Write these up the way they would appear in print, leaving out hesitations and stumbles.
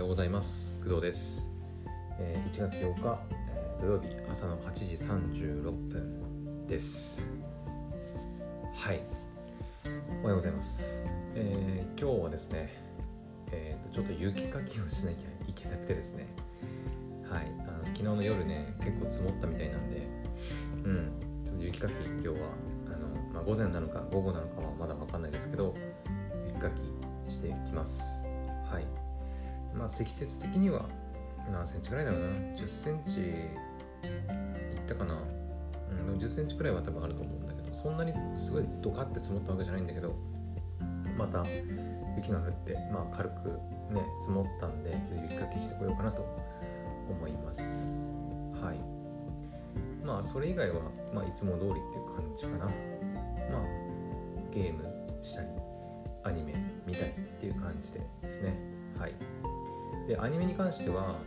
うございます。工藤です。1月8日、土曜日朝の8時36分です。はい、おはようございます。今日はですね、ちょっと雪かきをしなきゃいけなくてですね、はい、昨日の夜ね結構積もったみたいなんで、ちょっと雪かき今日は午前なのか午後なのかはまだ分かんないですけど、雪かきしていきます。はい。積雪的には何センチくらいだろうな、10センチいったかな、10センチくらいは多分あると思うんだけど、そんなにすごいドカって積もったわけじゃないんだけど、また雪が降って軽くね積もったんで雪かきしてこようかなと思います。はい。それ以外はいつも通りっていう感じかな。ゲームしたりアニメ見たりっていう感じでですね。はい。で、アニメに関しては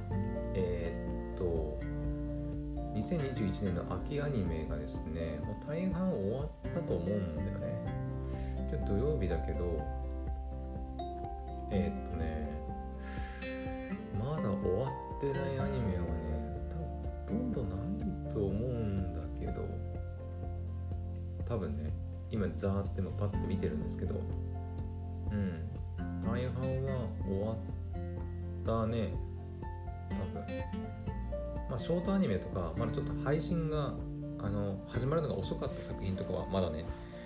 2021年の秋アニメがですね、もう大半終わったと思うんだよね。今日土曜日だけどまだ終わってないアニメはねほとんどないと思うんだけど、多分ね今ザーってパッと見てるんですけど、大半は終わったね、多分。ショートアニメとかまだちょっと配信が始まるのが遅かった作品とかはまだね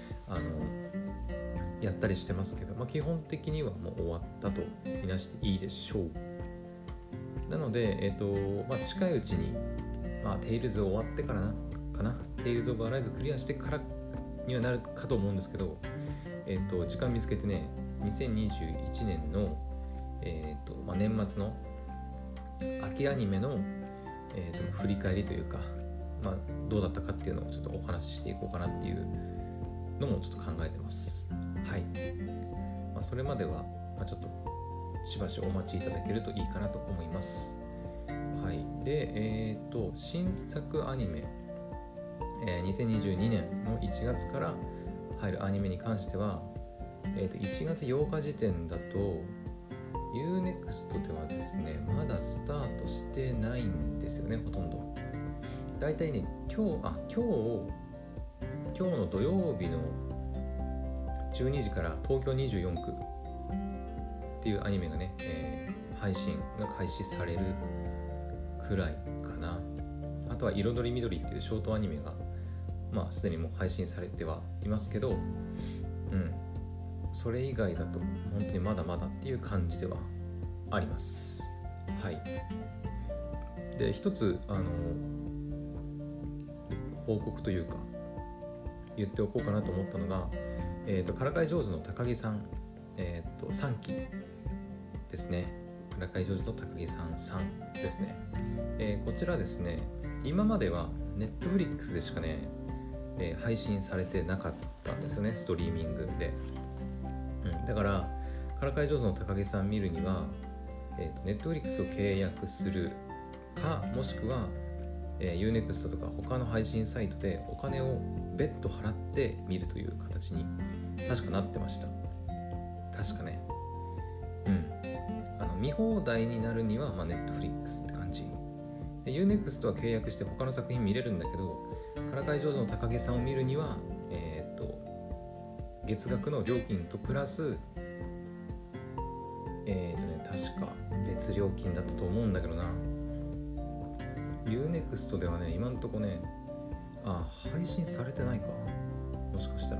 やったりしてますけど、基本的にはもう終わったとみなしていいでしょう。なので近いうちにテイルズ終わってからかな、テイルズオブアライズクリアしてからにはなるかと思うんですけど、時間見つけてね、2021年の年末の秋アニメの、振り返りというか、どうだったかっていうのをちょっとお話ししていこうかなっていうのもちょっと考えてます。はい。それまでは、ちょっとしばしお待ちいただけるといいかなと思います。はい。で、新作アニメ、2022年の1月から入るアニメに関しては、1月8日時点だと Unext ではですねまだスタートしてないんですよね、ほとんど。だいたいね今日の土曜日の12時から東京24区っていうアニメがね、配信が開始されるくらいかな。あとは彩り緑っていうショートアニメがすでにもう配信されてはいますけど、それ以外だと本当にまだまだっていう感じではあります。はい。で、一つ報告というか言っておこうかなと思ったのが、からかい上手の高木さん、3期ですね。からかい上手の高木さんですね。こちらですね、今までは Netflix でしかね、配信されてなかったんですよね、ストリーミングで。だからからかい上手の高木さん見るには、Netflix を契約するか、もしくは、Unext とか他の配信サイトでお金を別途払って見るという形に確かなってました。確かね。見放題になるには、Netflix って感じで、Unext は契約して他の作品見れるんだけど、からかい上手の高木さんを見るには、月額の料金とプラス確か別料金だったと思うんだけどな。 Unext ではね今のとこね配信されてないか。もしかしたら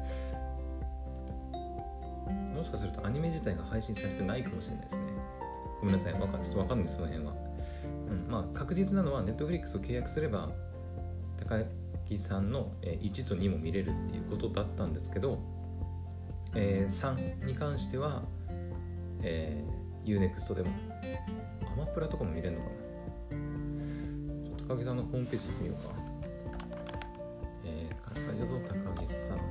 もしかするとアニメ自体が配信されてないかもしれないですね。ごめんなさい、ちょっと分かんないその辺は。確実なのは Netflix を契約すれば高木さんの1と2も見れるっていうことだったんですけど、3に関しては、Unext でもアマプラとかも見れるのかな。ちょっと高木さんのホームページ行ってみようか。からかい上手の高木さんの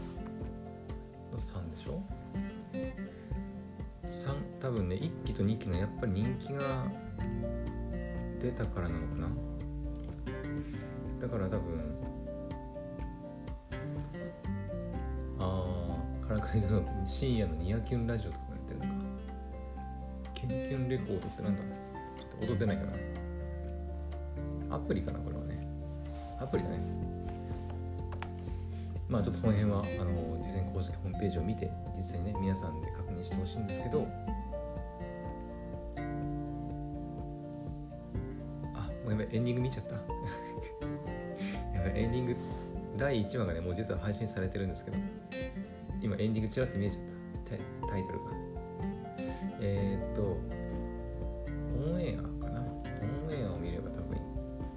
3でしょ。3多分ね1期と2期がやっぱり人気が出たからなのかな。だから多分からかい上手の深夜のニアキュンラジオとかやってるのか。 キュンキュンレコードってなんだ、ちょっと踊ってないかな、アプリかな、これはね、アプリだね。まあちょっとその辺は事前公式ホームページを見て実際にね皆さんで確認してほしいんですけど、もうやばい、エンディング見ちゃったやばい、エンディング第1話がねもう実は配信されてるんですけど、今エンディングちらって見えちゃった、タイトルがオンエアかな、オンエアを見れば多分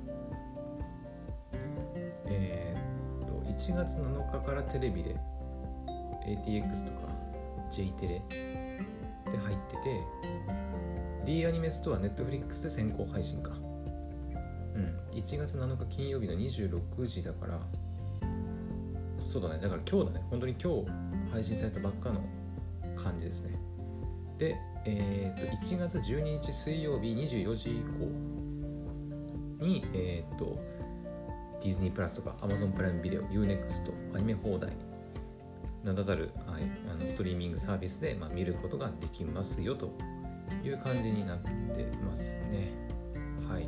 1月7日からテレビで ATX とか J テレで入ってて、 D アニメストア Netflix で先行配信か。1月7日金曜日の26時だから、そうだね、だから今日だね、本当に今日配信されたばっかの感じですね。で、1月12日水曜日24時以降にディズニープラスとか Amazon プライムビデオ、Unext、アニメ放題名だたる、ストリーミングサービスで、見ることができますよという感じになってますね。はい。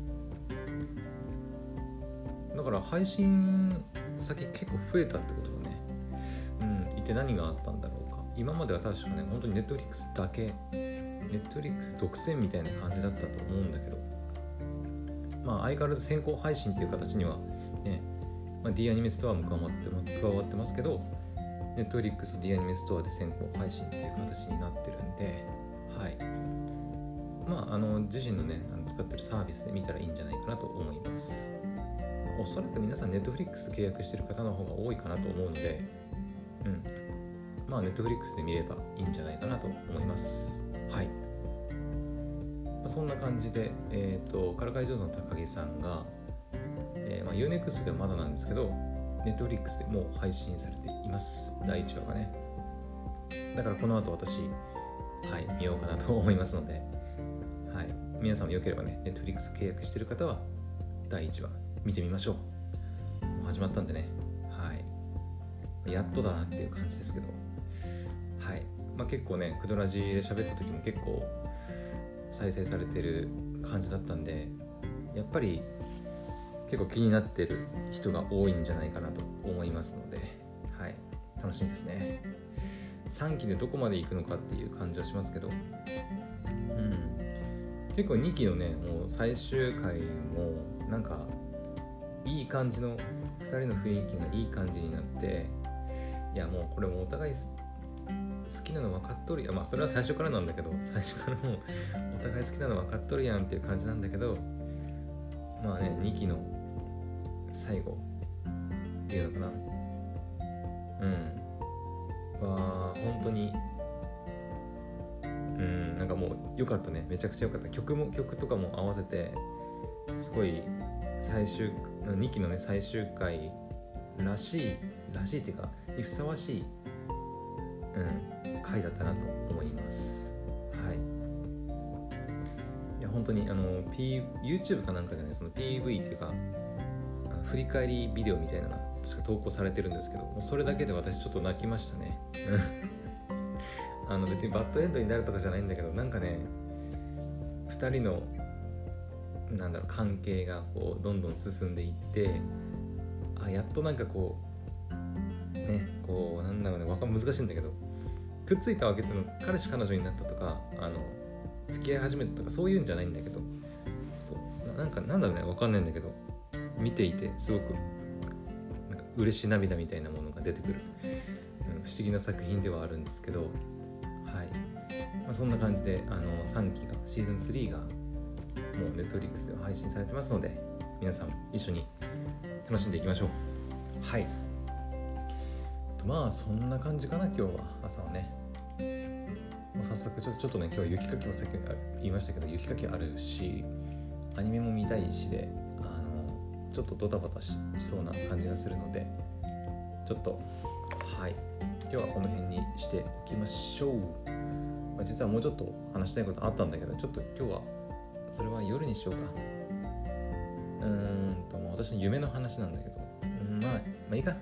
だから配信先結構増えたってことだね。一体何があったんだろうか。今までは確かね、本当に Netflix だけ、Netflix 独占みたいな感じだったと思うんだけど、相変わらず先行配信っていう形にはね、D アニメストアも加わってますけど、Netflix D アニメストアで先行配信っていう形になってるんで、はい。自身のね使ってるサービスで見たらいいんじゃないかなと思います。おそらく皆さん Netflix 契約してる方の方が多いかなと思うので、Netflix で見ればいいんじゃないかなと思います。はい。そんな感じで、からかい上手の高木さんが、Unext ではまだなんですけど、Netflix でもう配信されています。第1話がね。だからこの後私、見ようかなと思いますので、皆さんもよければね、Netflix 契約している方は第1話見てみましょう。もう始まったんでね、やっとだなっていう感じですけど、結構ね、クドラジで喋った時も結構再生されてる感じだったんで、やっぱり結構気になってる人が多いんじゃないかなと思いますので、楽しみですね。3期でどこまで行くのかっていう感じはしますけど、結構2期のねもう最終回もなんかいい感じの2人の雰囲気がいい感じになって、いやもうこれもお互い好きなの分かっとるやん、それは最初からなんだけど、最初からもうお互い好きなの分かっとるやんっていう感じなんだけど、2期の最後っていうのかな、本当になんかもう良かったね、めちゃくちゃ良かった。曲とかも合わせてすごい2期のね最終回らしいっていうかにふさわしい回だったなと思います。いや本当にYouTube かなんかでね、その PV っていうか振り返りビデオみたいなのが確か投稿されてるんですけど、もうそれだけで私ちょっと泣きましたね別にバッドエンドになるとかじゃないんだけど、なんかね2人の関係がこうどんどん進んでいって、やっとなんかこうね、こう難しいんだけど、くっついたわけでも彼氏彼女になったとか付き合い始めたとかそういうんじゃないんだけど、そう分かんないんだけど、見ていてすごく嬉しい涙みたいなものが出てくる、不思議な作品ではあるんですけど、そんな感じで3期がシーズン3がもう Netflix では配信されてますので、皆さん一緒に楽しんでいきましょう。そんな感じかな。今日は朝はね、もう早速ちょっとね、今日は雪かきもさっき言いましたけど、雪かきあるしアニメも見たいしで、ちょっとドタバタ しそうな感じがするので、ちょっと今日はこの辺にしておきましょう。実はもうちょっと話したいことあったんだけど、ちょっと今日はそれは夜にしようか。私の夢の話なんだけど、いいか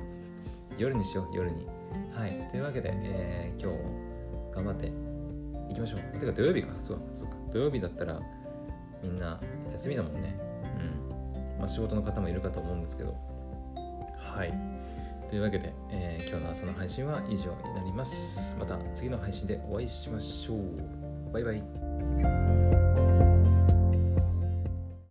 夜にしよう、夜に。というわけで、今日も頑張っていきましょう。 きましょう。てか土曜日か。そうか。土曜日だったらみんな休みだもんね。仕事の方もいるかと思うんですけど。はい。というわけで、今日の朝の配信は以上になります。また次の配信でお会いしましょう。バイバイ。